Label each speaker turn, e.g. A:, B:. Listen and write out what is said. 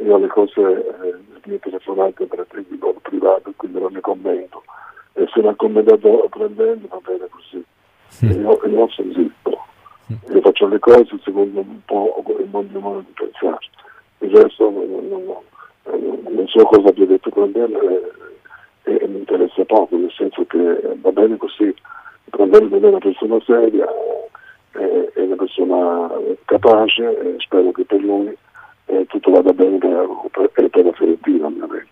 A: io le cose, le mie telefonate in modo privato, quindi non ne commento. E se l'ha commentato prendendo va bene così. Io sono zitto. Io faccio le cose secondo un po' il modo di pensare. Il resto non so cosa abbia detto prendere e mi interessa poco, nel senso che va bene così. Prendere è una persona seria, è una persona capace e spero che per lui tutto vada bene per la Fiorentina, ovviamente.